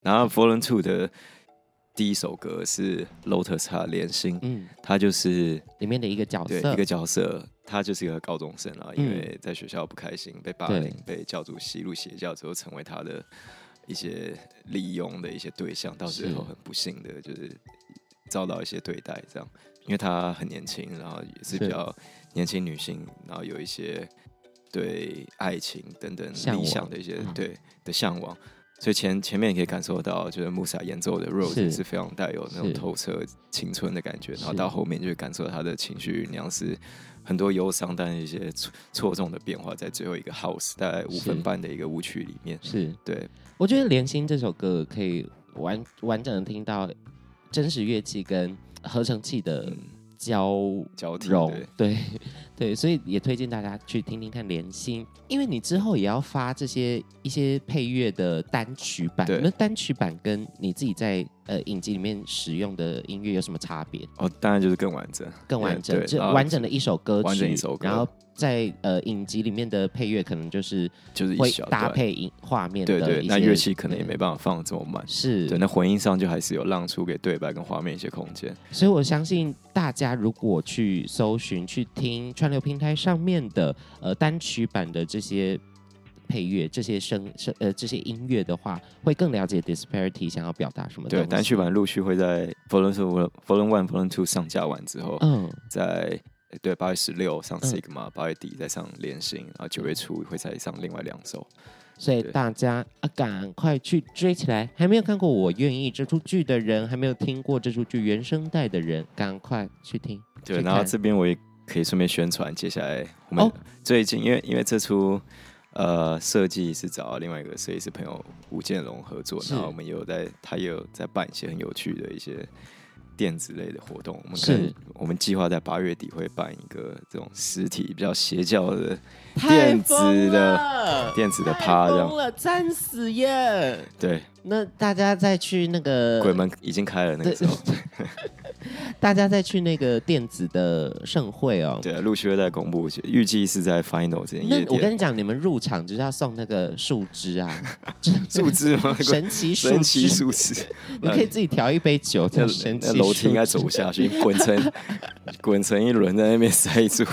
然后 Volume 2的第一首歌是 Lotus 他连心，他就是里面的一个角色， 对，一个角色，他就是一个高中生因为在学校不开心，被霸凌，被教主吸入邪教之后，成为他的一些利用的一些对象，到最后很不幸的就是遭到一些对待，这样，因为他很年轻，然后也是比较年轻女性，然后有一些对爱情等等理想的一些对的向往。所以前面也可以感受到，就是穆萨演奏的 Rose 是非常带有那种透彻青春的感觉，然后到后面就会感受到他的情绪酝酿是很多忧伤，但一些错综的变化，在最后一个 House 大概5分半的一个舞曲里面。 是对， 我觉得《连心》这首歌可以完整的听到真实乐器跟合成器的交融，对，所以也推荐大家去听听看《连心》，因为你之后也要发这些一些配乐的单曲版，那单曲版跟你自己在影集里面使用的音乐有什么差别？ 当然就是更完整， 就完整的一首歌曲， 完整一首歌， 然后在影集里面的配乐可能就是会搭配画面的， 对，那乐器可能也没办法放这么满， 是对，那混音上就还是有让出给对白跟画面一些空间。 所以我相信大家如果去搜寻、去听串流平台上面的单曲版的这些配乐、这些这些音乐的话，会更了解 Disparity 想要表达什么东西。 对，单曲版陆续会在 Volume 1、Volume 2上架完之后，在8月16上 Sigma， 8月底再上连心，然后9月初会再上另外2首。 所以大家赶快去追起来！还没有看过《我愿意》这出剧的人，还没有听过这出剧原声带的人，赶快去听。 对，然后这边我也可以顺便宣传，接下来我们最近因为这出设计是找另外一个设计师朋友吴建龙合作，然后我们他也有在办一些很有趣的一些电子类的活动。我们计划在8月底会办一个这种实体比较邪教的电子的趴，这样赞死耶！ 对， 那大家再去那个鬼门已经开了那个时候。 大家再去那个电子的盛会对，陆续会再公布，预计是在 Final 这间夜店。 我跟你讲，你们入场就是要送那个树枝啊， 树枝吗？ 神奇树枝， 你可以自己调一杯酒，那神奇楼梯应该走不下去，滚成一轮在那边塞住。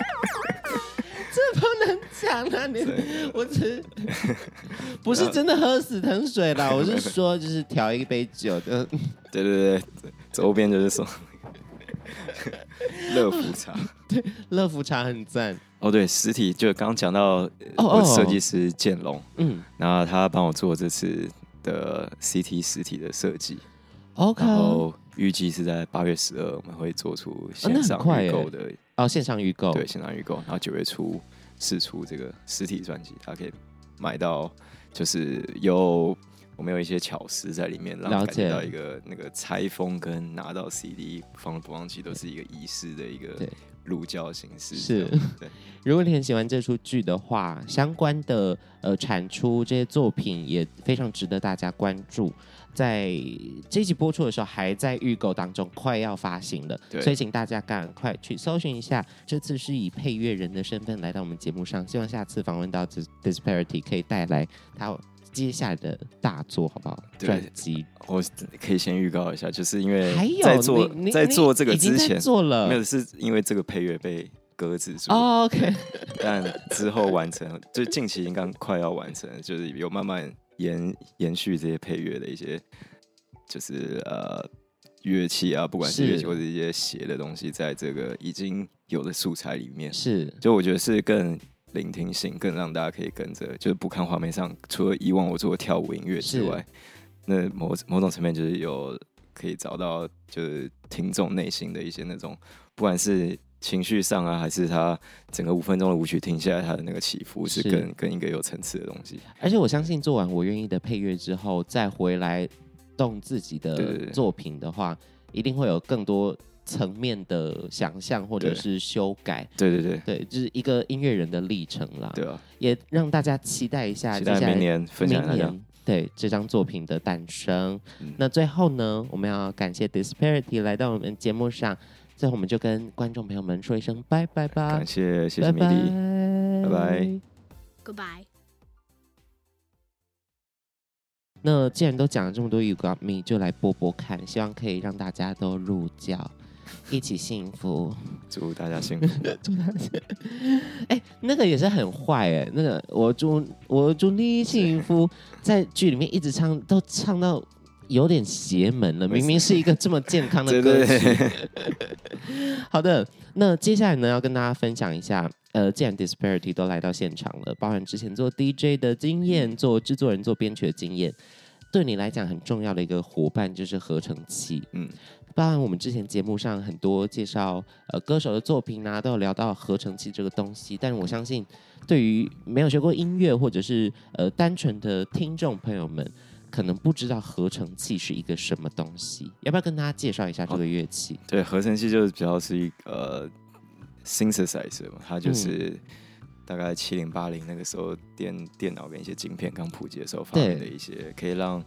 这不能讲啊！我只不是真的喝死藤水啦，我是说就是调一杯酒的。 对，周边就是说乐福茶， 对，乐福茶很赞。 对，实体就刚刚讲到设计师建龙，然后他帮我做这次的 CT 实体的设计。 OK， 然后预计是在8月12，我们会做出线上预购的线上预购， 对，线上预购，然后9月初释出这个实体专辑，它可以买到，就是我们有一些巧思在里面，让感觉到一个那个拆封跟拿到 CD 放播放器都是一个仪式的一个入教形式。 是，对。如果你很喜欢这出剧的话，相关的产出这些作品也非常值得大家关注。在这一集播出的时候还在预购当中，快要发行了，所以请大家赶快去搜寻一下。这次是以配乐人的身份来到我们节目上，希望下次访问到 Disparity 可以带来他接下来的大作，好不好？专辑我可以先预告一下，就是因为在做这个之前做了， 没有，是因为这个配乐被搁置住。 OK， 但之后完成，就近期应该快要完成，就是有慢慢延续这些配乐的一些，就是乐器啊，不管是乐器或者一些写的东西，在这个已经有的素材里面，就我觉得是更聆听性，更让大家可以跟着，就是不看画面上，除了以往我做的跳舞音乐之外，那某种层面就是有可以找到就是听众内心的一些那种，不管是情绪上啊，还是他整个5分钟的舞曲听下来，他的那个起伏是更一个有层次的东西。 而且我相信做完我愿意的配乐之后，再回来动自己的作品的话，一定会有更多层面的想象或者是修改。 对， 就是一个音乐人的历程啦。 对啊， 也让大家期待一下， 期待明年分享大家对这张作品的诞生。那最后呢，我们要感谢 Disparity 来到我们节目上。最后，我们就跟观众朋友们说一声拜拜吧。 感谢米莉，拜拜 ，Goodbye。 那既然都讲了这么多 You Got Me， 就来播播看，希望可以让大家都入教，一起幸福。 祝大家幸福。 祝大家，那个也是很坏哎，那个我祝你幸福，在剧里面一直唱，都唱到有点邪门了。明明是一个这么健康的歌曲。好的，那接下来呢，要跟大家分享一下。既然 Disparity 都来到现场了，包含之前做 DJ 的经验，做制作人、做编曲的经验，对你来讲很重要的一个伙伴就是合成器。包含我们之前节目上很多介绍歌手的作品啊，都有聊到合成器这个东西。但我相信，对于没有学过音乐或者是单纯的听众朋友们，可能不知道合成器是一个什么东西。要不要跟大家介绍一下这个乐器？ 对，合成器就是比较是一个synthesizer 嘛，它就是大概70、80那个时候电脑跟一些晶片刚普及的时候发明的一些可以让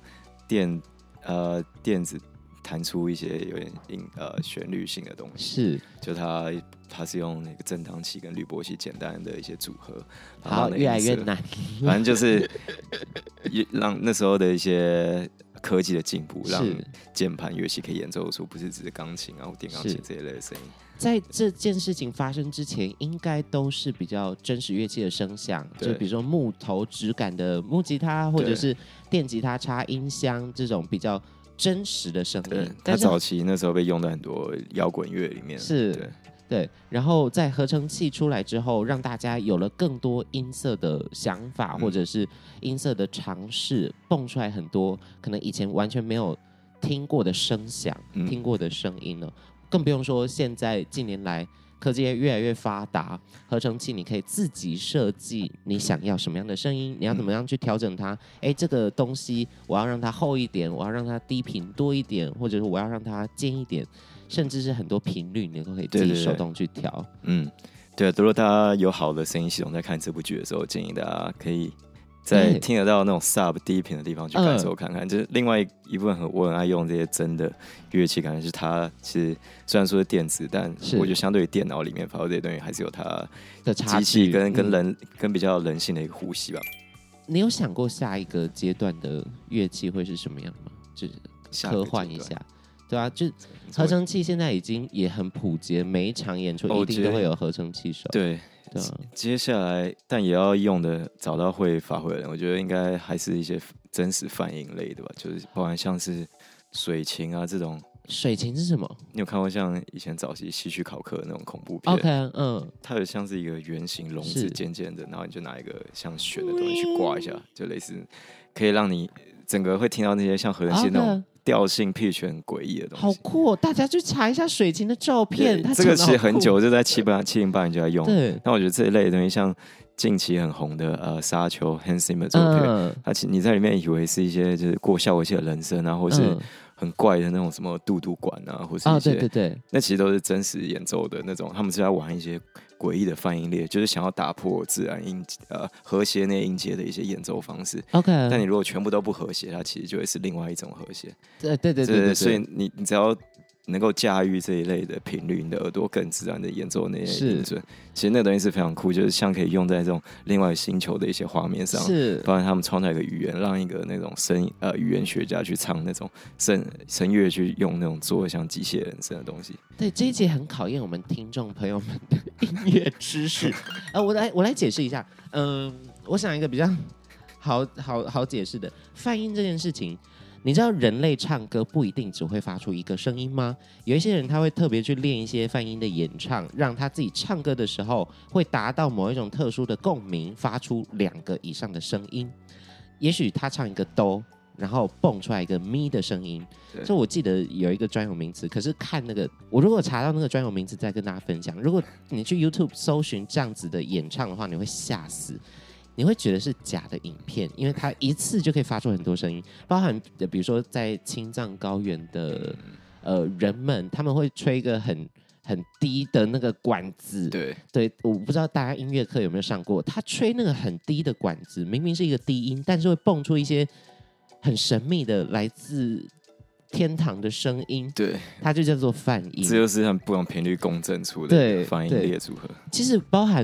电子弹出一些有点旋律性的东西。 是， 就它是用那个振荡器跟滤波器简单的一些组合， 好，越来越难。 反正就是让那时候的一些科技的进步，让键盘乐器可以演奏出不是只是钢琴啊或电钢琴这一类的声音。 在这件事情发生之前，应该都是比较真实乐器的声响，就比如说木头质感的木吉他，或者是电吉他插音箱这种比较真实的声音。 它早期那时候被用在很多摇滚乐里面。 是，对。然后在合成器出来之后，让大家有了更多音色的想法，或者是音色的尝试，蹦出来很多可能以前完全没有听过的声响、听过的声音了。更不用说现在近年来科技越来越发达，合成器你可以自己设计你想要什么样的声音，你要怎么样去调整它。这个东西我要让它厚一点，我要让它低频多一点，或者是我要让它尖一点，甚至是很多频率你都可以自己手动去调。 对，如果大家有好的声音系统，在看这部剧的时候，建议大家可以在听得到那种 sub 低频的地方去感受看看。就是另外一部分我很爱用这些真的乐器，感觉是它其实虽然说是电子，但我觉得相对于电脑里面发出这些东西，还是有它的机器跟比较人性的一个呼吸吧。 你有想过下一个阶段的乐器会是什么样吗？就是科幻一下。对啊，就合成器现在已经也很普及，每一场演出一定都会有合成器手。 对，接下来但也要用的找到会发挥的人，我觉得应该还是一些真实反应类的吧，就是包含像是水琴啊这种。 水琴是什么？ 你有看过像以前早期希区考克那种恐怖片 ？OK， 它有像是一个圆形笼子，尖尖的，然后你就拿一个像弦的东西去挂一下，就类似可以让你整个会听到那些像合成器那种调性 pitch 很诡异的东西。 好酷哦！大家去查一下水琴的照片， 这个其实很久就在70、80年就在用。 对， 那我觉得这一类的东西，像近期很红的沙丘 Hans Zimmer 作品，它你在里面以为是一些就是过效果器的人声啊，或是很怪的那种什么嘟嘟管啊，或是一些对， 那其实都是真实演奏的那种，他们是在玩一些诡异的泛音列，就是想要打破自然和谐那音阶的一些演奏方式。 OK， 但你如果全部都不和谐，它其实就会是另外一种和谐。 对， 所以你只要能够驾驭这一类的频率，你的耳朵更自然的演奏那些音准，其实那个东西是非常酷，就是像可以用在这种另外星球的一些画面上，包括他们创造一个语言，让一个那种语言学家去唱那种声乐，去用那种做像机械人声的东西。 对，这一节很考验我们听众朋友们的音乐知识。我来解释一下，我想一个比较好解释的泛音这件事情。你知道人类唱歌不一定只会发出一个声音吗？有一些人他会特别去练一些泛音的演唱，让他自己唱歌的时候会达到某一种特殊的共鸣，发出2个以上的声音。也许他唱一个哆，然后蹦出来一个咪的声音。所以我记得有一个专有名词，可是看那个，我如果查到那个专有名词再跟大家分享。如果你去 YouTube 搜寻这样子的演唱的话，你会吓死。你会觉得是假的影片，因为它一次就可以发出很多声音，包含比如说在青藏高原的人们，他们会吹一个很低的那个管子。对，我不知道大家音乐课有没有上过，他吹那个很低的管子，明明是一个低音，但是会蹦出一些很神秘的来自天堂的声音。 对， 它就叫做泛音。 这就是很不同频率共振出的泛音列组合。 其实包含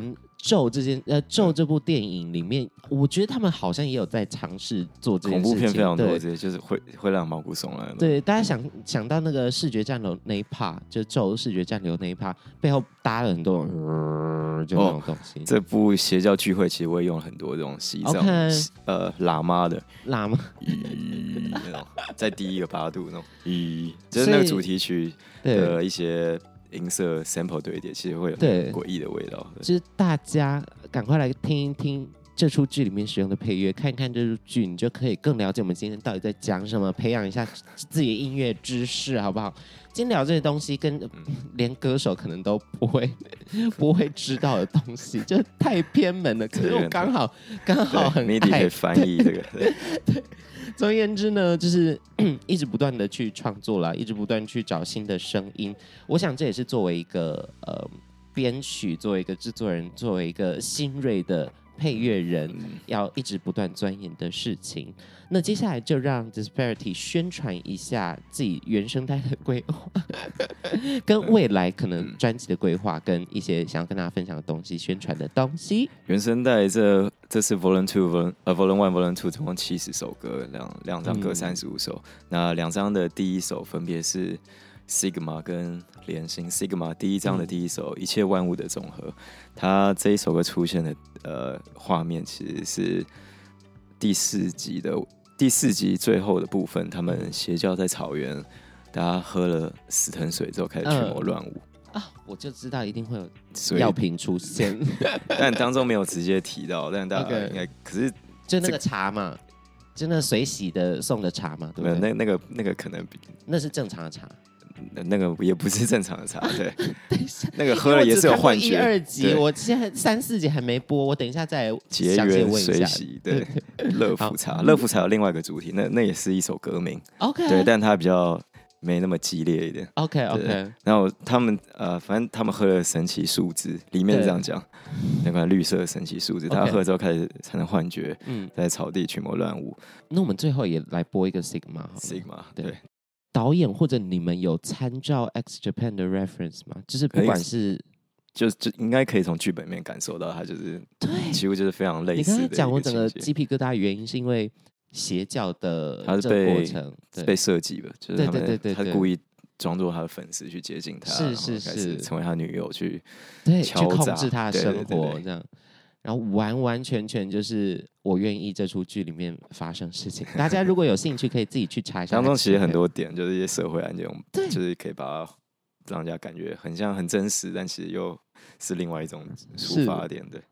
咒这部电影里面，我觉得他们好像也有在尝试做这件事情。 恐怖片非常多，这些就是会让毛骨悚然。 对，大家想到那个视觉战流那一 part， 就咒视觉战流那一 part， 背后搭了很多就那种东西。 这部邪教聚会其实我也用了很多这种西藏喇嘛的喇嘛那种，在第一个8度那种就是那个主题曲的一些音色 sample 堆叠，其实会有很诡异的味道。 就是大家赶快来听一听这出剧里面使用的配乐，看一看这出剧，你就可以更了解我们今天到底在讲什么，培养一下自己的音乐知识，好不好？今天聊这些东西，跟连歌手可能都不会知道的东西，就太偏门了。可是我刚好很爱， 可以翻译这个。 对。总而言之呢，就是一直不断的去创作啦，一直不断去找新的声音。我想这也是作为一个编曲，作为一个制作人，作为一个新锐的配乐人，要一直不断钻研的事情。那接下来就让 Disparity 宣传一下自己原声带的规划，跟未来可能专辑的规划，跟一些想要跟大家分享的东西，宣传的东西。 原声带这是 Volume 2 Volume 1 Volume 2总共70首歌，两张各35首。那2张的第一首分别是 Sigma 跟连心。Sigma 第一张的第一首一切万物的总和，它这一首歌出现的画面其实是第四集最后的部分，他们邪教在草原，大家喝了死藤水之后开始群魔乱舞。 我就知道一定会有药品出现， 但当中没有直接提到，但大家应该可是就那个茶嘛，就那个水洗的送的茶嘛，对不对？ 那个可能那是正常的茶。 那个也不是正常的茶，对，那个喝了也是有幻觉。 1、2集，我现在3、4集还没播，我等一下再结缘水洗，对，乐福茶，乐福茶有另外一个主题，那也是一首歌名 ，OK， 对，但它比较没那么激烈一点 ，OK， 然后他们反正他们喝了神奇树脂，里面是这样讲，那款绿色的神奇树脂，他喝了之后开始产生幻觉，在草地群魔乱舞。 那我们最后也来播一个 Sigma， 对。 导演或者你们有参照 X Japan 的 reference 吗？就是不管是就应该可以从剧本里面感受到，它就是几乎就是非常类似的。 你刚才讲我整个鸡皮疙瘩的原因是因为邪教的这个过程被设计了，就是他故意装作他的粉丝去接近他， 是开始成为他女友去控制他的生活这样。然后完完全全就是我愿意这出剧里面发生事情，大家如果有兴趣可以自己去查一下。 当中其实很多点就是一些社会案件，就是可以把它让人家感觉很像很真实，但其实又是另外一种出发点的。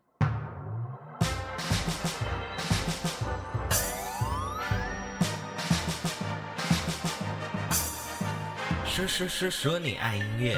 说你爱音乐。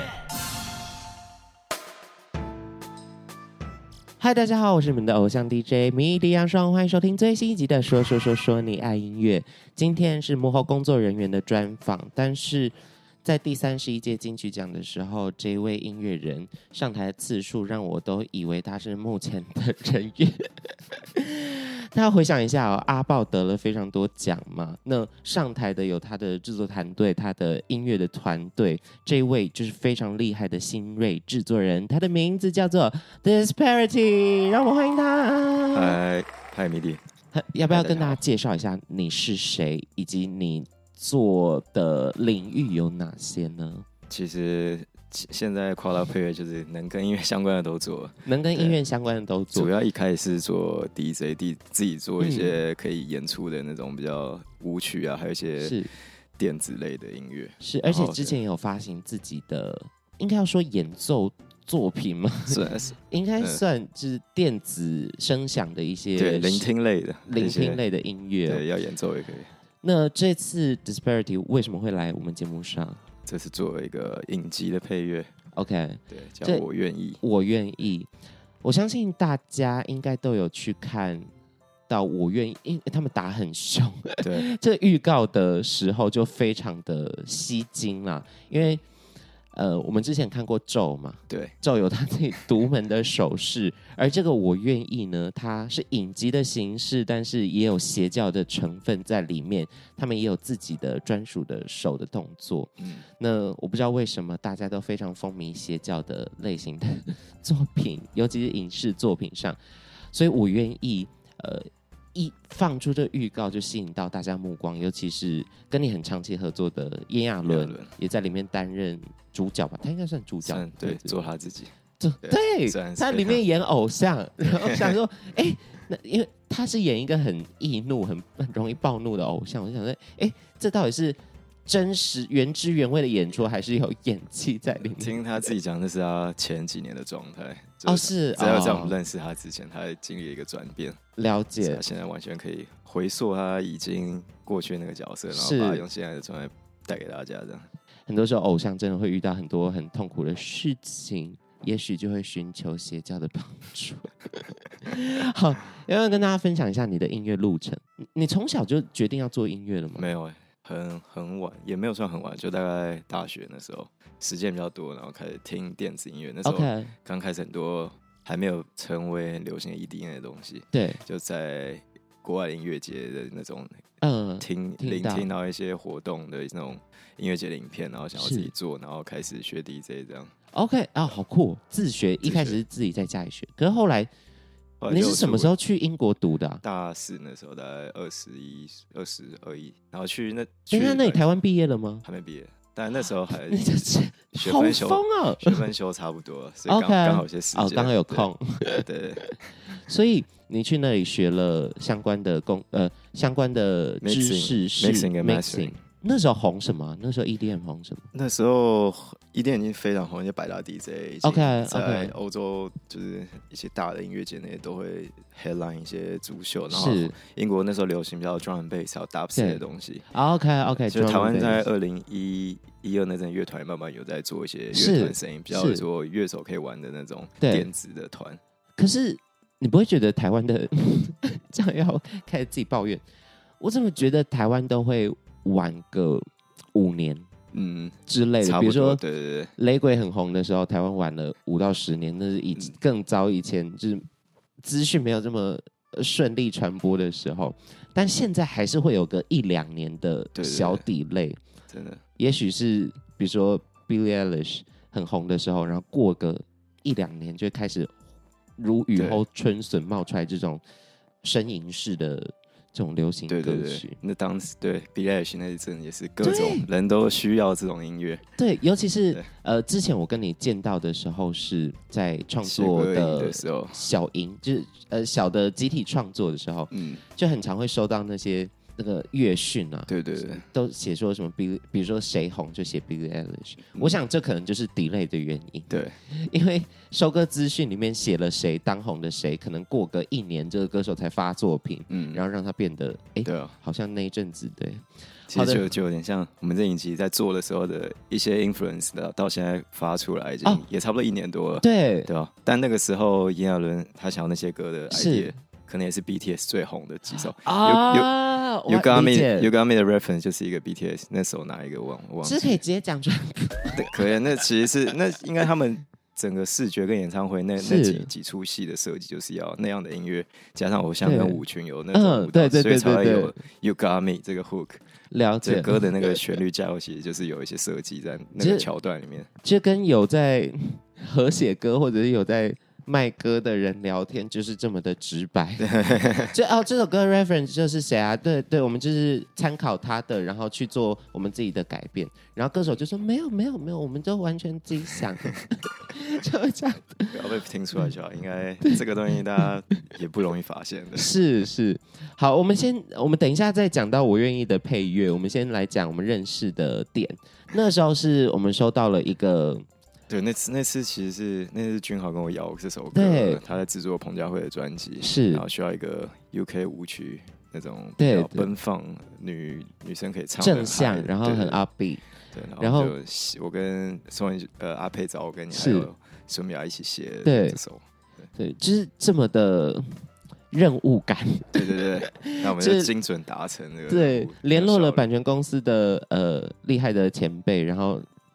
嗨，大家好，我是你们的偶像 DJ 迷迪杨双，欢迎收听最新一集的说你爱音乐。今天是幕后工作人员的专访，但是在第31届金曲奖的时候，这位音乐人上台的次数让我都以为他是目前的人员。大家回想一下阿爆得了非常多奖嘛，那上台的有他的制作团队，他的音乐的团队，这一位就是非常厉害的新锐制作人，他的名字叫做 Disparity， 让我们欢迎他。 嗨，米迪， 要不要跟大家介绍一下你是谁，以及你做的领域有哪些呢？ 其实现在跨到配乐就是能跟音乐相关的都做， 能跟音乐相关的都做。 主要一开始是做 DJ， 自己做一些可以演出的那种比较舞曲啊，还有一些电子类的音乐。 是，而且之前也有发行自己的，应该要说演奏作品吗？ 是应该算就是电子声响的一些聆听类的音乐， 对，要演奏也可以。 那这次 Disparity 为什么会来我们节目上？ 这是作为一个影集的配乐 ，OK， 对，叫我愿意。 我愿意，我相信大家应该都有去看到我愿意，因为他们打很凶， 对， 这个预告的时候就非常的吸睛啦，因为我们之前看过咒嘛， 对， 咒有他自己独门的手势，而这个我愿意呢，它是影集的形式，但是也有邪教的成分在里面，他们也有自己的专属的手的动作。那我不知道为什么大家都非常风靡邪教的类型的作品，尤其是影视作品上，所以我愿意一放出这预告就吸引到大家目光，尤其是跟你很长期合作的炎亚纶也在里面担任主角吧，他应该算主角， 对，做他自己， 对，他里面演偶像，然后想说，那因为他是演一个很易怒、很容易暴怒的偶像，我就想说，这到底是真实原汁原味的演出，还是有演技在里面？ 听他自己讲，那是他前几年的状态。 是在我们认识他之前，他经历了一个转变。 了解， 他现在完全可以回溯他已经过去那个角色，然后把他用现在的状态带给大家。这样， 很多时候偶像真的会遇到很多很痛苦的事情，也许就会寻求邪教的帮助。好，要不要跟大家分享一下你的音乐路程？你从小就决定要做音乐了吗？ 没有很晚，也没有算很晚，就大概大学那时候时间比较多，然后开始听电子音乐。那时候刚开始很多还没有成为很流行的 EDM 的东西， 对， 就在国外音乐节的那种聆听到一些活动的那种音乐节的影片，然后想要自己做，然后开始学 DJ 这样。 OK 好酷，自学，一开始是自己在家里学，可是后来你是什么时候去英国读的？ 大4那时候，大概21、21，然后去那。 那你台湾毕业了吗？ 还没毕业，但那时候还学分修，好疯啊！ 学分修差不多，所以刚好有些时间， 刚好有空。 对， 所以你去那里学了相关的相关的知识是 mixing。 那时候红什么？那时候 EDM 红什么？ 那时候 EDM 已经非常红，一些百大 DJ OK 在欧洲就是一些大的音乐节那些都会 headline 一些主秀，然后英国那时候流行比较 drum and bass 还有 dubstep 的东西。 OK， 就是台湾在2011、12那阵乐团慢慢有在做一些乐团声音，比较做乐手可以玩的那种电子的团。 可是你不会觉得台湾的这样要开始自己抱怨？我怎么觉得台湾都会晚个5年，之类的，比如说， 对， 雷鬼很红的时候，台湾晚了5到10年，那是更早以前，就是资讯没有这么顺利传播的时候，但现在还是会有个1-2年的小delay， 真的， 也许是比如说 Billie Eilish 很红的时候，然后过个1-2年就会开始如雨后春笋冒出来这种呻吟式的这种流行歌曲。 对，那当时对 Billie Eilish 那一阵也是各种人都需要这种音乐。 对，尤其是之前我跟你见到的时候是在创作的小营，就是小的集体创作的时候，就很常会收到那些那个乐讯啊， 对， 都写说什么比如说谁红就写 Billie Eilish，我想这可能就是 delay 的原因。 对， 因为收歌资讯里面写了谁当红的谁，可能过个1年这个歌手才发作品，然后让他变得对啊，好像那一阵子对。 其实就有点像我们这影集在做的时候的一些 influence 到现在发出来，已经也差不多1年多了，对吧？但那个时候炎亚纶他想要那些歌的 idea，可能也是 BTS 最红的几首啊。You got me 的 reference 就是一个 BTS 那首哪一个忘记？ 是可以直接讲出来。 可以，那其实是那应该他们整个视觉跟演唱会那几出戏的设计就是要那样的音乐，加上偶像跟舞群有那种舞蹈，所以才会有 You got me 这个 hook。 了解， 歌的那个旋律架构其实就是有一些设计在那个桥段里面， 就跟有在合写歌或者是有在卖歌的人聊天就是这么的直白。这首歌 reference 就是谁啊？对，我们就是参考他的，然后去做我们自己的改变。然后歌手就说没有，我们都完全自己想的，就会这样。 不要被听出来就好，应该这个东西大家也不容易发现的。 是，好，我们等一下再讲到我愿意的配乐，我们先来讲我们认识的点。那时候是我们收到了一个。 对，那次其实是君豪跟我要这首歌，他在制作彭佳慧的专辑，然后需要一个 UK 舞曲那种比较奔放，女生可以唱正向，然后很 upbeat， 对，然后就我跟阿佩找我跟你还有孙淼一起写这首， 对，就是这么的任务感， 对，那我们就精准达成这个， 对，联络了版权公司的厉害的前辈，然后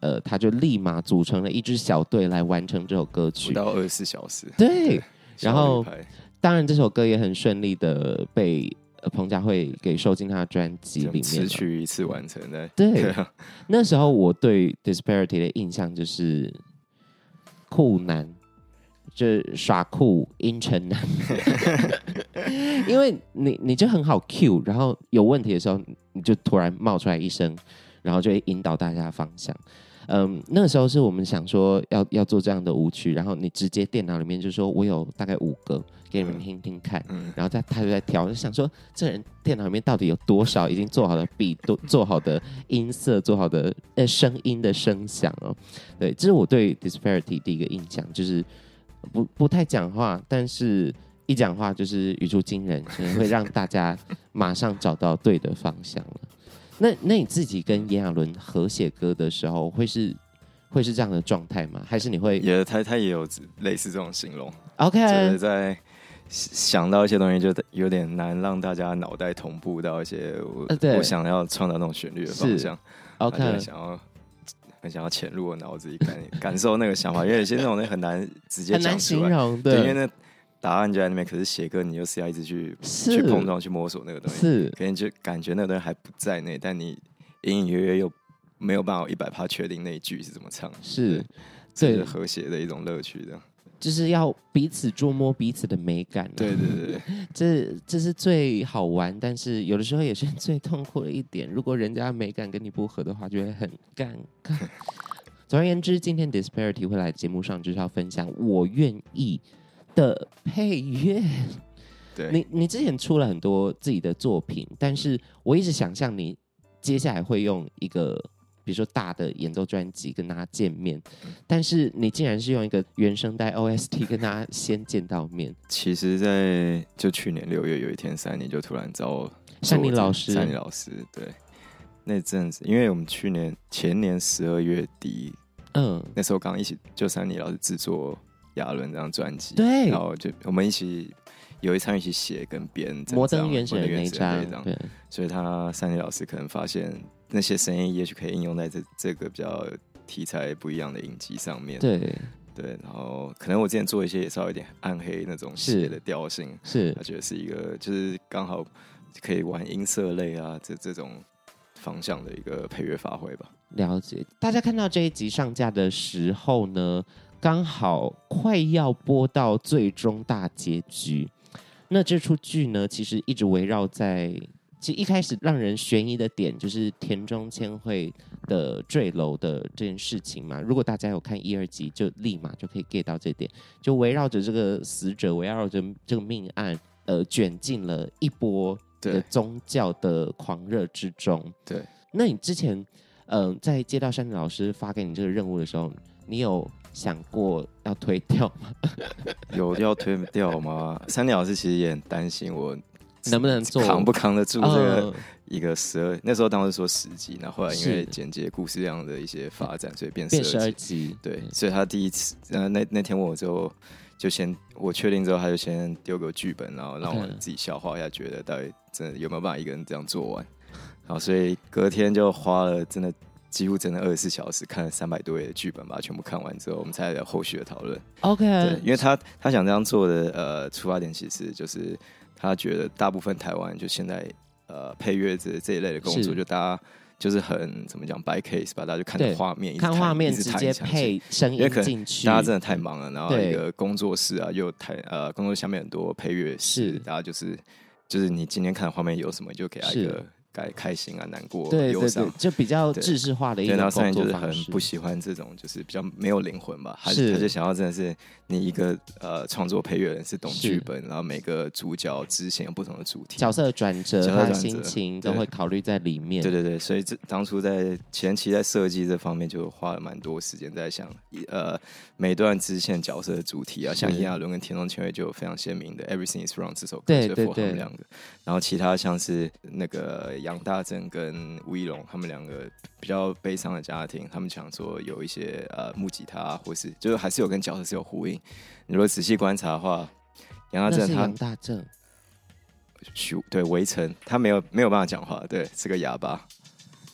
他就立马组成了一支小队来完成这首歌曲， 不到24小时。 对，然后当然这首歌也很顺利的被彭佳慧给收进他的专辑里面， 词曲一次完成的。 对，那时候我对 Disparity 的印象就是酷男，就是耍酷阴沉男，因为你就很好 Q， 然后有问题的时候你就突然冒出来一声，然后就会引导大家的方向。那个时候是我们想说要做这样的舞曲，然后你直接电脑里面就说我有大概5个给你们听听看，然后他就在挑，就想说这人电脑里面到底有多少已经做好的beat，做好的音色，做好的声音的声响哦。对，这是我对 Disparity 第一个印象，就是不太讲话，但是一讲话就是语出惊人，可能会让大家马上找到对的方向了。那你自己跟炎亚纶合写歌的时候，会是这样的状态吗？还是你会他也有类似这种形容 ？OK， 就是在想到一些东西，就有点难让大家脑袋同步到一些我想要创造那种旋律的方向。 OK， 很想要潜入我脑子里感受那个想法，因为有些那种很难直接讲出来， 很难形容， 对，因为那答案就在那边，可是写歌你就是要一直去碰撞、去摸索那个东西， 是， 可能就感觉那个东西还不在内，但你隐隐约约又没有办法100%确定那一句是怎么唱， 是， 这是和谐的一种乐趣的， 就是要彼此捉摸彼此的美感， 对， 这是最好玩，但是有的时候也是最痛苦的一点。如果人家美感跟你不合的话，就会很尴尬。总而言之，今天 Disparity 会来节目上就是要分享我愿意的配乐。 对， 你之前出了很多自己的作品，但是我一直想象你接下来会用一个比如说大的演奏专辑跟大家见面，但是你竟然是用一个原声带 OST 跟大家先见到面。 其实就去年6月有一天，Sunny就突然找我， Sunny老师， 对，那阵子因为我们前年12月底，那时候刚一起就Sunny老师制作亚纶这张专辑， 对， 然后就我们一起有一场一起写跟编摩登原始人那张，对， 所以Sunny老师可能发现那些声音也许可以应用在这个比较题材不一样的影集上面， 对， 然后可能我之前做一些也稍微有点暗黑那种写的调性， 是， 他觉得是一个就是刚好可以玩音色类啊这种方向的一个配乐发挥吧。 了解，大家看到这一集上架的时候呢，刚好快要播到最终大结局。那这出剧呢，其实一直围绕在，其实一开始让人悬疑的点就是田中千惠的坠楼的这件事情嘛。如果大家有看1、2集，就立马就可以 get 到这点，就围绕着这个死者，围绕着这个命案，卷进了一波的宗教的狂热之中。 对， 那你之前在接到Sunny老师发给你这个任务的时候，你有想过要推掉吗？ 有要推掉吗？Sunny老师其实也很担心我能不能做， 扛不扛得住这个一个那时候当时说10集，然后后来因为简介故事量的一些发展，所以变12集。对，所以他第一次那天问我之后，就先我确定之后，他就先丢个剧本，然后让我自己消化一下，觉得到底真的有没有办法一个人这样做完。然后所以隔天就花了几乎真的24小时看了300多页的剧本，把它全部看完之后，我们才有后续的讨论。 OK， 对，因为他想这样做的出发点其实就是他觉得大部分台湾就现在配乐这一类的工作，就大家就是很怎么讲 by case 吧，大家就看着画面， 看画面直接配声音进去， 大家真的太忙了，然后一个工作室啊又工作下面很多配乐室，大家就是你今天看的画面有什么，你就给他一个开心啊、难过、忧伤， 就比较制式化的一种工作方式。 就是很不喜欢这种，就是比较没有灵魂吧。他就想要真的是你一个创作配乐人是懂剧本，然后每个主角支线有不同的主题、 角色转折、他的心情都会考虑在里面。 对，所以当初在前期在设计这方面就花了蛮多时间在想，每段支线角色的主题啊，像炎亚纶跟田中千惠就有非常鲜明的 Everything Is Wrong 这首歌，就 for 他们两个。然后其他像是那个杨大正跟吴一龙他们两个比较悲伤的家庭，他们想说有一些木吉他，或是就是还是有跟角色是有呼应。你如果仔细观察的话，杨大正他杨大正对围城他没有办法讲话，对，是个哑巴。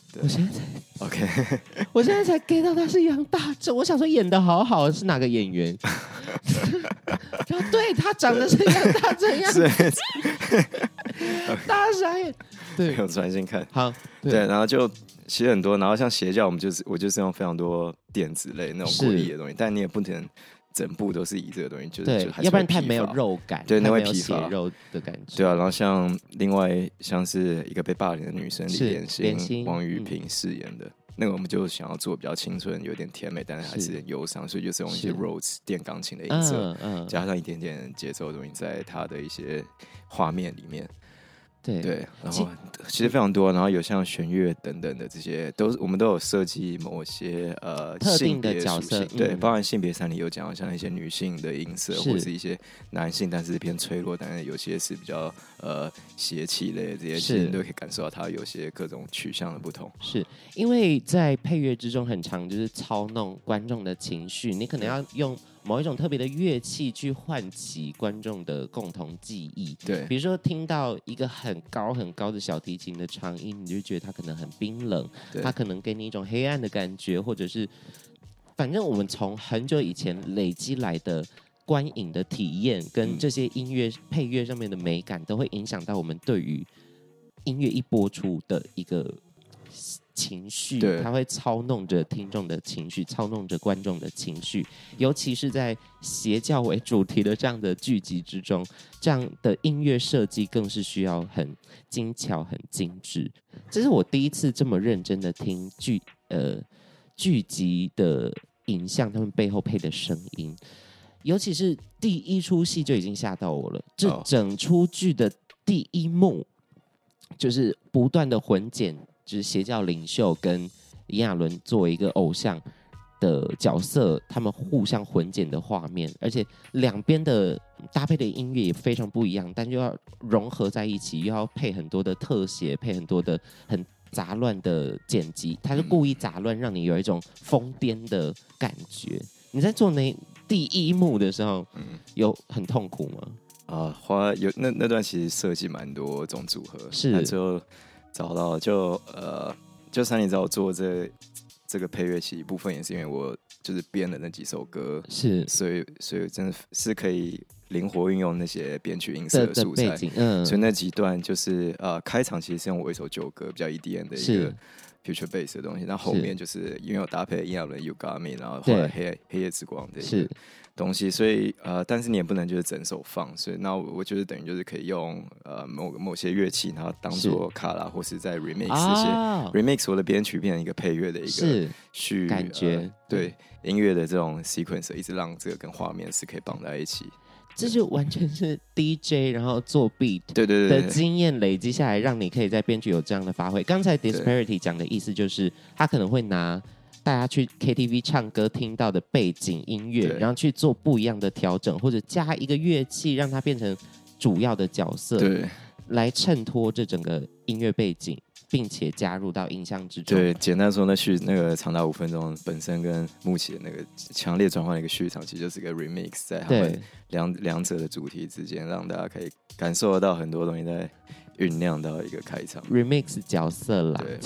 我现在才 OK， 我现在才 get 到他是杨大正，我想说演的好好，是哪个演员？然后对他长得是杨大正样子，大傻眼。对， 有专心看。 好， 对，然后就其实很多，然后像邪教，我就是用非常多电子类那种诡异的东西，但你也不能整部都是以这个东西， 对， 就要不然太没有肉感， 对，那会疲乏肉的感觉。 对啊，然后像另外像是一个被霸凌的女生李莲心，王宇平饰演的。那个我们就想要做比较青春、有点甜美，但是还是很忧伤，所以就是用一些 Rhodes 电钢琴的音色，加上一点点节奏的东西，在它的一些画面里面。对，然后其实非常多，然后有像弦乐等等的这些，我们都有设计某些特定的角色， 对，包含性别上你有讲，像一些女性的音色，或是一些男性，但是偏脆弱，但是有些是比较邪气类的这些，其实你都可以感受到它有些各种取向的不同。 是因为在配乐之中，很常就是操弄观众的情绪，你可能要用某一种特别的乐器去唤起观众的共同记忆。 对， 比如说听到一个很高很高的小提琴的长音，你就觉得它可能很冰冷，它可能给你一种黑暗的感觉，或者是反正我们从很久以前累积来的观影的体验，跟这些音乐配乐上面的美感，都会影响到我们对于音乐一播出的一个情绪，它会操弄着听众的情绪，操弄着观众的情绪，尤其是在邪教为主题的这样的剧集之中，这样的音乐设计更是需要很精巧、很精致。这是我第一次这么认真的听剧集的影像，他们背后配的声音，尤其是第一出戏就已经吓到我了。这整出剧的第一幕，就是不断的混剪。就是邪教领袖跟炎亚纶作为一个偶像的角色，他们互相混剪的画面，而且两边的搭配的音乐也非常不一样，但又要融合在一起，又要配很多的特写，配很多的很杂乱的剪辑，他是故意杂乱，让你有一种疯癫的感觉。你在做第一幕的时候，有很痛苦吗？ 有那段其实设计蛮多种组合， 是最后找到就三里找我做这个配乐，其实一部分也是因为我就是编了那几首歌， 是， 所以真的是可以灵活运用那些编曲音色的素材，所以那几段就是开场其实是用我一首旧歌比较 EDM 的一个 future bass 的东西，那后面就是因为我搭配炎亚纶 You Got Me， 然后后来黑夜之光的一个东西，所以但是你也不能就是整首放，所以那我就是等于就是可以用某些乐器，然后当做卡拉或是在 remix 这些 remix 我的编曲变成一个配乐的一个感觉， 对音乐的这种 sequence， 一直让这个跟画面是可以绑在一起。 这就完全是 DJ 然后做 beat 的经验累积下来，让你可以在编曲有这样的发挥。刚才 Disparity 讲的意思就是，他可能会拿大家去 KTV 唱歌听到的背景音乐，然后去做不一样的调整，或者加一个乐器让它变成主要的角色，来衬托这整个音乐背景，并且加入到影像之中。 对，简单说，那个长达5分钟，本身跟幕起的那个强烈转换的一个序场，其实就是一个 remix， 在他们两者的主题之间，让大家可以感受得到很多东西在酝酿到一个开场。 remix 角色啦， 对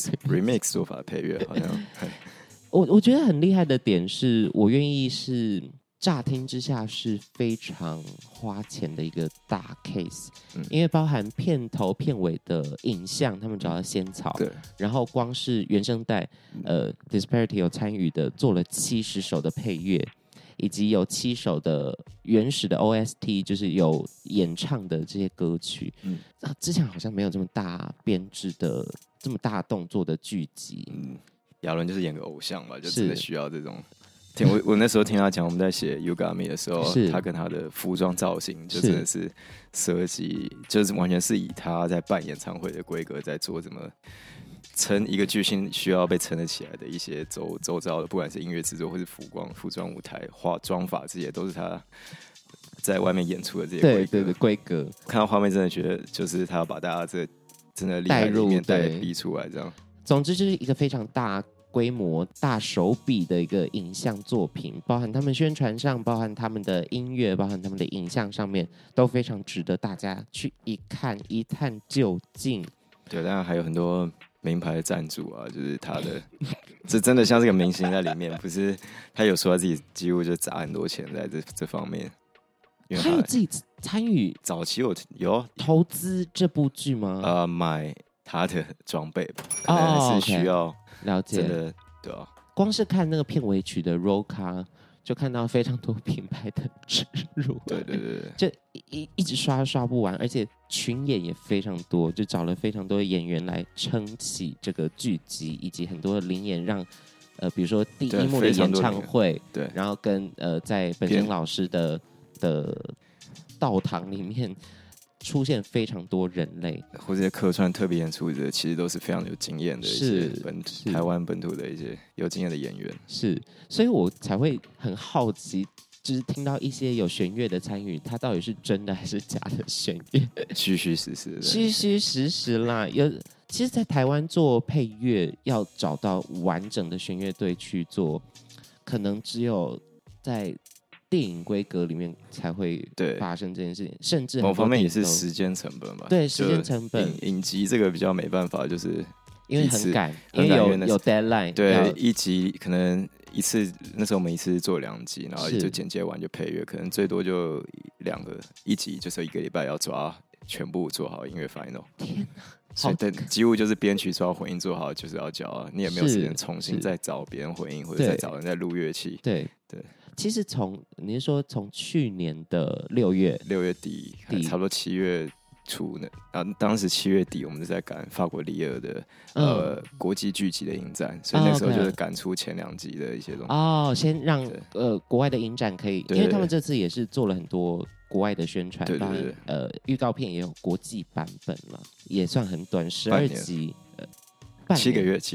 remix 做法配乐好像我觉得很厉害的点是，我愿意是。乍听之下是非常花钱的一个大 case，因为包含片头片尾的影像，他们找到仙草，然后光是原声带，Disparity 有参与的，做了70首的配乐，以及有7首的原始的 OST， 就是有演唱的这些歌曲。之前好像没有这么大编制的、这么大动作的剧集。 亚纶就是演个偶像嘛，就真的需要这种。我那时候听他讲，我们在写 You Got Me 的时候，他跟他的服装造型就真的是设计，就是完全是以他在办演唱会的规格在做，怎么撑一个巨星需要被撑得起来的一些周遭的，不管是音乐制作或是服装舞台、化妆法这些，都是他在外面演出的这些规格。 看到画面真的觉得，就是他要把大家这真的厉害的一面逼出来，这样。 总之就是一个非常大规模、大手笔的一个影像作品，包含他们宣传上，包含他们的音乐，包含他们的影像上面，都非常值得大家去一看一探究竟。 对，当然还有很多名牌赞助啊，就是他的，这真的像是个明星在里面，不是他有说他自己几乎就砸很多钱在这方面。 他有自己参与早期有投资这部剧吗？ 买他的装备吧，可能是需要了解， 真的对啊。 光是看那个片尾曲的 roll 卡，就看到非常多品牌的植入， 对， 就一直刷不完，而且群演也非常多，就找了非常多的演员来撑起这个剧集，以及很多的灵演让比如说第一幕的演唱会， 对， 然后跟在本身老师的道堂里面出现非常多人类， 或者客串特别演出的，其实都是非常有经验的一些台湾本土的一些有经验的演员。是， 所以我才会很好奇，就是听到一些有弦乐的参与，它到底是真的还是假的弦乐？ 虚实的， 虚实啦。其实，在台湾做配乐，要找到完整的弦乐队去做，可能只有在电影规格里面才会发生这件事情，甚至某方面也是时间成本吧。 对，时间成本。 影集这个比较没办法，就是因为很赶，因为有 deadline。 对，一集可能一次，那时候我们一次做2集，然后就剪接完就配乐，可能最多就一集，就是1个礼拜要抓全部做好音乐 final。 天哪！ 所以几乎就是编曲做好混音做好，就是要交啊，你也没有时间重新再找别人混音，或者再找人再录乐器。 对。其实你是说从去年的6月底，差不多7月初呢？当时7月底我们就在赶法国里尔的国际剧集的影展，所以那时候就是赶出前2集的一些东西。 先让国外的影展可以，因为他们这次也是做了很多国外的宣传，当然预告片也有国际版本了，也算很短，12集 ，7个月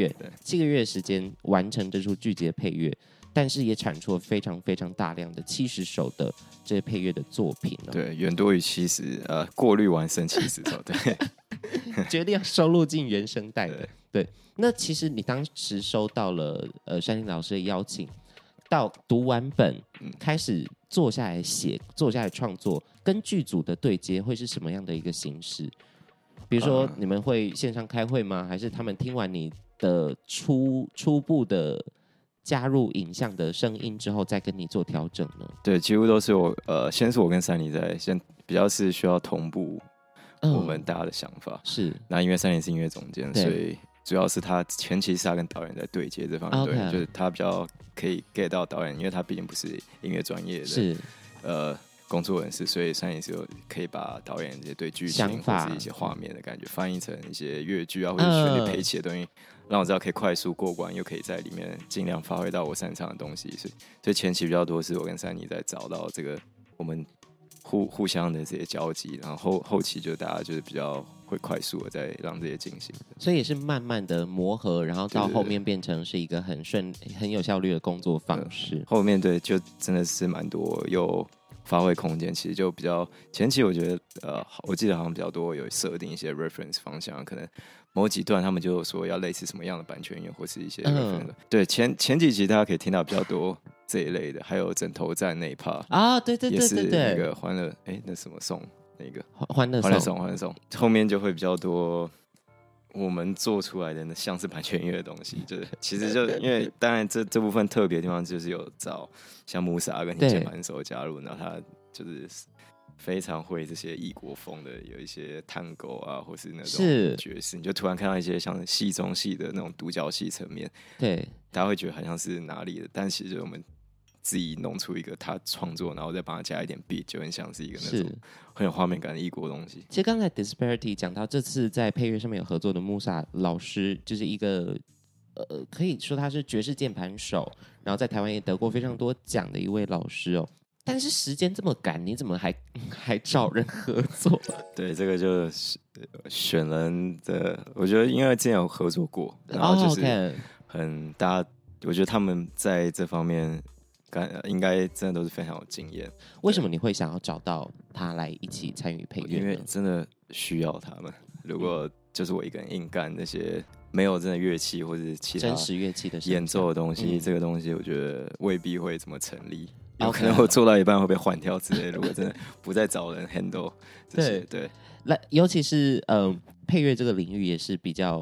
，7个月的时间完成这出剧集的配乐。但是也产出了非常非常大量的70首的这些配乐的作品对，远多于70，过滤完剩70首，对， 决定要收录进原声带的。对，那其实你当时收到了山林老师的邀请，到读完本，开始坐下来写，坐下来创作，跟剧组的对接会是什么样的一个形式？比如说你们会线上开会吗？还是他们听完你的初步的加入影像的声音之后，再跟你做调整呢？ 对，几乎都是先是我跟珊妮先比较是需要同步我们大家的想法。 是， 那因为珊妮是音乐总监，所以主要是他前期是他跟导演在对接这方面，对，就是他比较可以 get 到导演，因为他毕竟不是音乐专业的， 是工作人士，所以珊妮是可以把导演这些对剧情或是一些画面的感觉翻译成一些乐句啊或者旋律配器的东西。让我知道可以快速过关，又可以在里面尽量发挥到我擅长的东西，所以前期比较多是我跟珊妮在找到这个我们互相的这些交集，然后后期就大家就是比较会快速的在让这些进行， 所以也是慢慢的磨合，然后到后面变成是一个很有效率的工作方式。 后面对就真的是蛮多有发挥空间，其实就比较前期我觉得我记得好像比较多有设定一些 reference 方向，可能某几段他们就说要类似什么样的版权音或是一些 reference，对前几集大家可以听到比较多这一类的，还有枕头战那一 part 啊，对，也是那个欢乐那什么颂那个欢乐颂，后面就会比较多我们做出来的像是版权音乐的东西，就是其实就因为当然这部分特别的地方就是有找像穆萨跟键盘手加入，然后他就是非常会这些异国风的，有一些探戈啊，或是那种爵士，你就突然看到一些像戏中戏的那种独角戏层面， 对， 大家会觉得好像是哪里的，但其实我们自己弄出一个他创作，然后再帮他加一点 beat， 就很像是一个那种很有画面感的异国东西。 其实刚才 Disparity 讲到这次在配乐上面有合作的穆萨老师，就是一个可以说他是爵士键盘手，然后在台湾也得过非常多奖的一位老师哦。但是时间这么赶，你怎么还找人合作？ 对，这个就是选人的，我觉得因为之前有合作过，然后就是大家，我觉得他们在这方面应该真的都是非常有经验。 为什么你会想要找到他来一起参与配乐？ 因为真的需要他们。如果就是我一个人硬干那些没有真的乐器或者其他真实乐器的演奏的东西，这个东西我觉得未必会怎么成立。有可能我做到一半会被换掉之类的。如果真的不再找人 handle 这些，对， 尤其是配乐这个领域也是比较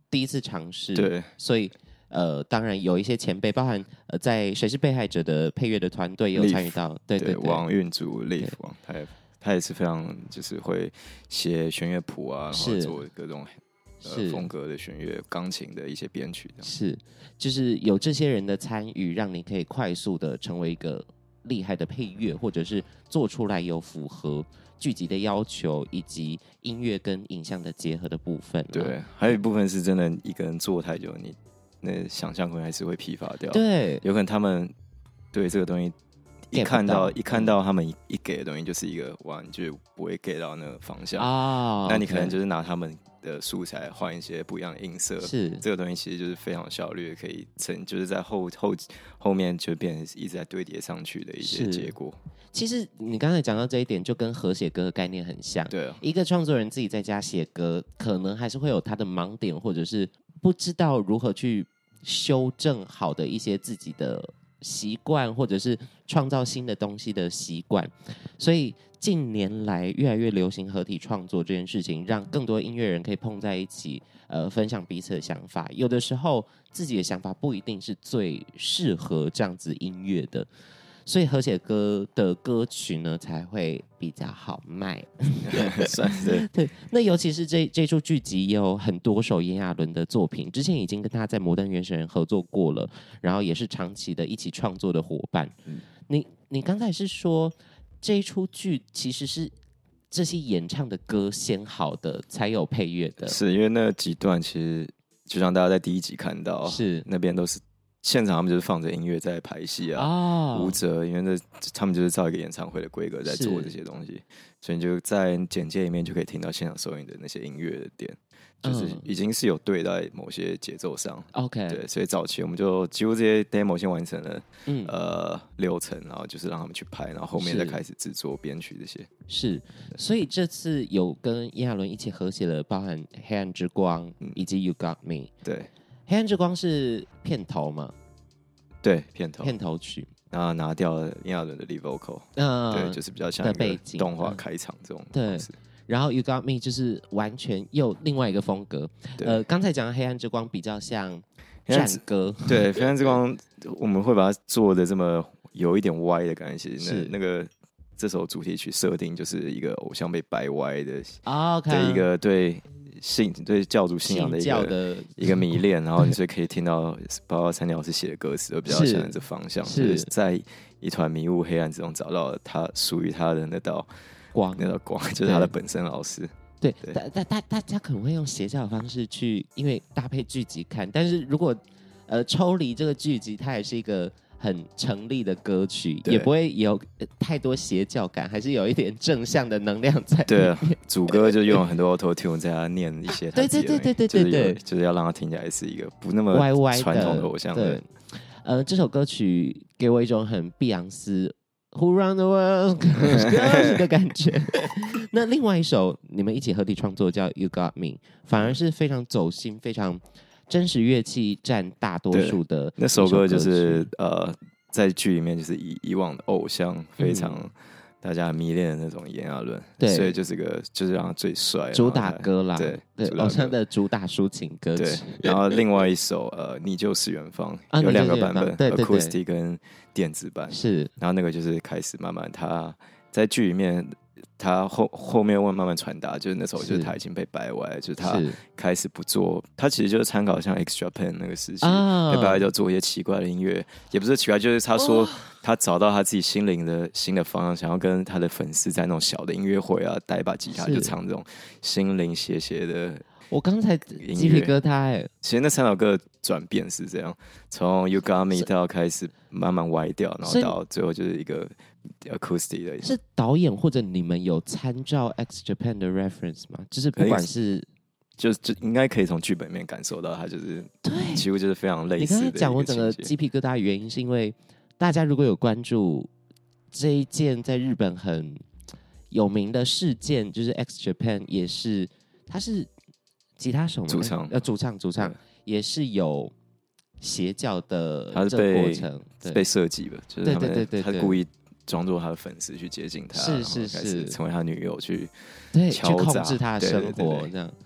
第一次尝试， 对， 所以当然有一些前辈，包含在《谁是被害者》的配乐的团队也有参与到，对， 王运竹 Leaf 王，他也是非常就是会写弦乐谱啊，然后做各种风格的弦乐、钢琴的一些编曲， 是，就是有这些人的参与，让你可以快速的成为一个厉害的配乐，或者是做出来有符合剧集的要求，以及音乐跟影像的结合的部分。 对，还有一部分是真的一个人做太久，你那想象空间还是会疲乏掉。 对， 有可能他们对这个东西一看到他们一给的东西，就是一个哇，你就不会 get 到那个方向啊。那你可能就是拿他们的素材换一些不一样的音色， 是这个东西其实就是非常效率，可以就是在后面就变成一直在堆叠上去的一些结果。 其实你刚才讲到这一点，就跟合写歌的概念很像。 对啊， 一个创作人自己在家写歌，可能还是会有他的盲点，或者是不知道如何去修正好的一些自己的习惯，或者是创造新的东西的习惯。所以近年来越来越流行合体创作这件事情，让更多音乐人可以碰在一起，分享彼此的想法。有的时候自己的想法不一定是最适合这样子音乐的。所以合写歌的歌曲呢才会比较好卖。对，那尤其是这出剧集也有很多首炎亚纶的作品，之前已经跟他在摩登原始人合作过了，然后也是长期的一起创作的伙伴。你刚才是说这一出剧其实是这些演唱的歌先好的才有配乐的， 是因为那几段其实就像大家在第一集看到， 是那边都是现场，他们就是放着音乐在排戏啊，舞者，因为他们就是照一个演唱会的规格在做这些东西，所以你就在简介里面就可以听到现场收音的那些音乐的点，就是已经是有对在某些节奏上。 OK， 对，所以早期我们就几乎这些 demo 先完成了，6层，然后就是让他们去拍，然后后面再开始制作编曲这些。 是，所以这次有跟炎亚纶一起合写了包含《黑暗之光》以及《You Got Me》。 对。 黑暗之光是片头嘛？ 对，片头曲，然后拿掉了炎亚纶的 lead vocal，对，就是比较像一个动画开场这种方式。 然后 You Got Me 就是完全又另外一个风格。刚才讲的黑暗之光比较像战歌， 对，黑暗之光我们会把它做的这么有一点歪的感觉。是那个这首主题曲设定就是一个偶像被掰歪的一个对教主信仰的一个迷恋，然后你所以可以听到包括3鸟老师写的歌词都比较向这方向，就是在一团迷雾黑暗之中找到他属于他的那道光，就是他的本身老师。 对，大家可能会用邪教的方式去，因为搭配剧集看，但是如果抽离这个剧集，它也是一个很成立的歌曲，也不会有太多邪教感，还是有一点正向的能量在。 对啊，主歌就用了很多 auto tune 在他念一些他自己的，对，就是要让他听起来是一个不那么传统的偶像的。 这首歌曲给我一种很碧昂斯 Who Run the World 的感觉。那另外一首你们一起合体创作叫 You Got Me， 反而是非常走心，非常真实乐器占大多数的。 那首歌就是在剧里面就是以往的偶像非常大家迷恋的那种炎亚纶，所以就是让他最帅主打歌啦， 对， 偶像的主打抒情歌曲。 然后另外一首你就是远方有2个版本，acoustic 跟电子版是， 然后那个就是开始慢慢他在剧里面。他后面会慢慢传达，就是那时候就是他已经被掰歪，就是他开始不做，他其实就是参考像 X Japan 那个时期，被掰歪就做一些奇怪的音乐，也不是奇怪，就是他说他找到他自己心灵的新的方向，想要跟他的粉丝在那种小的音乐会啊，带一把吉他就唱这种心灵邪的。 我刚才鸡皮疙瘩其实那3首歌的转变是这样，从 You Got Me 到开始慢慢歪掉，然后到最后就是一个 acoustic 的。 是导演或者你们有参照 X Japan 的 reference 吗？就是不管是就应该可以从剧本里面感受到，它就是对，几乎就是非常类似的。 你刚才讲我整个鸡皮疙瘩的原因，是因为大家如果有关注这一件在日本很有名的事件，就是 X Japan 也是，他是吉他手吗？主唱也是有邪教的这个过程， 被设计了，就是他故意装作他的粉丝去接近他，是成为他女友去去控制他的生活这样。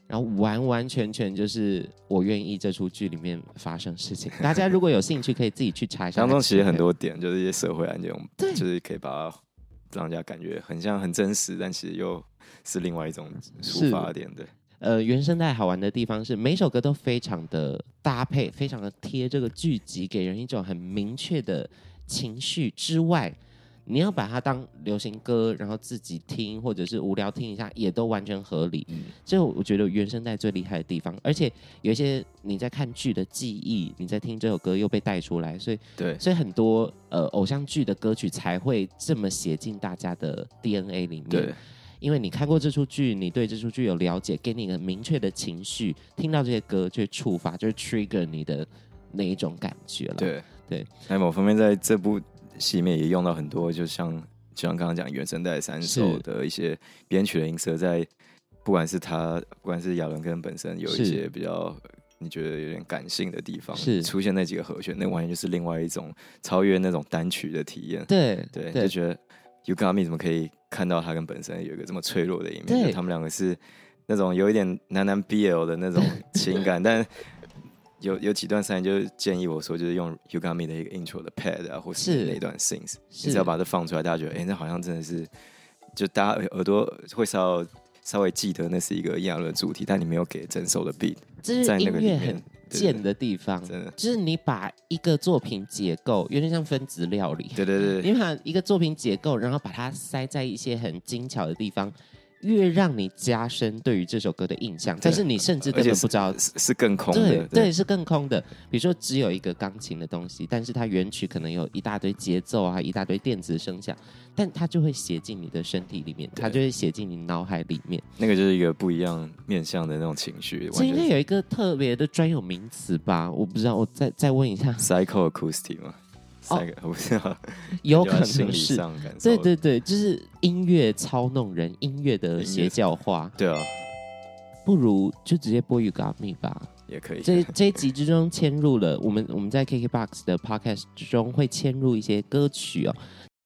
然后完完全全就是我愿意这出剧里面发生事情。大家如果有兴趣，可以自己去查一下。 当中其实很多点就是一些社会案件，就是可以把它让人家感觉很像很真实，但其实又是另外一种出发点的。 原声带好玩的地方是每首歌都非常的搭配，非常的贴这个剧集，给人一种很明确的情绪之外，你要把它当流行歌，然后自己听或者是无聊听一下，也都完全合理。这我觉得原声带最厉害的地方，而且有一些你在看剧的记忆，你在听这首歌又被带出来，所以很多偶像剧的歌曲才会这么写进大家的 DNA 里面。 对。 因为你看过这出剧，你对这出剧有了解，给你一个明确的情绪，听到这些歌就会触发，就会 trigger 你的那一种感觉了。 对。那某方面在这部戏里面也用到很多，就像刚刚讲原声带3首的一些编曲的音色，在不管是亚伦跟本身有一些比较你觉得有点感性的地方，出现那几个和弦，那完全就是另外一种超越那种单曲的体验。对，就觉得 You Got Me 怎么可以看到他跟本身有一个这么脆弱的一面？他们两个是那种有一点男 BL 的那种情感，但有几段时间就建议我说，就是用 You Got Me 的一个 intro 的 pad 啊，或是那段 sings， 你只要把它放出来，大家觉得那好像真的是，就大家耳朵会稍微记得那是一个亚伦的主题，但你没有给整首的 beat， 这是音乐很贱的地方，真的就是你把一个作品解构，有点像分子料理。对，你把一个作品解构，然后把它塞在一些很精巧的地方，越让你加深对于这首歌的印象，但是你甚至根本不知道是更空的。 对，是更空的。比如说只有一个钢琴的东西，但是它原曲可能有一大堆节奏啊，一大堆电子声响，但它就会写进你的身体里面，它就会写进你脑海里面。 那个就是一个不一样面向的那种情绪。 这应该有一个特别的专有名词吧？我不知道，我再问一下。 Psychoacoustic 吗？我不知道， 有可能是。对，就是音乐操弄人，音乐的邪教化。 对啊， 不如就直接播 You Got Me 吧。 也可以。 这一集之中嵌入了我们在 KKBOX 的 Podcast 之中会嵌入一些歌曲哦。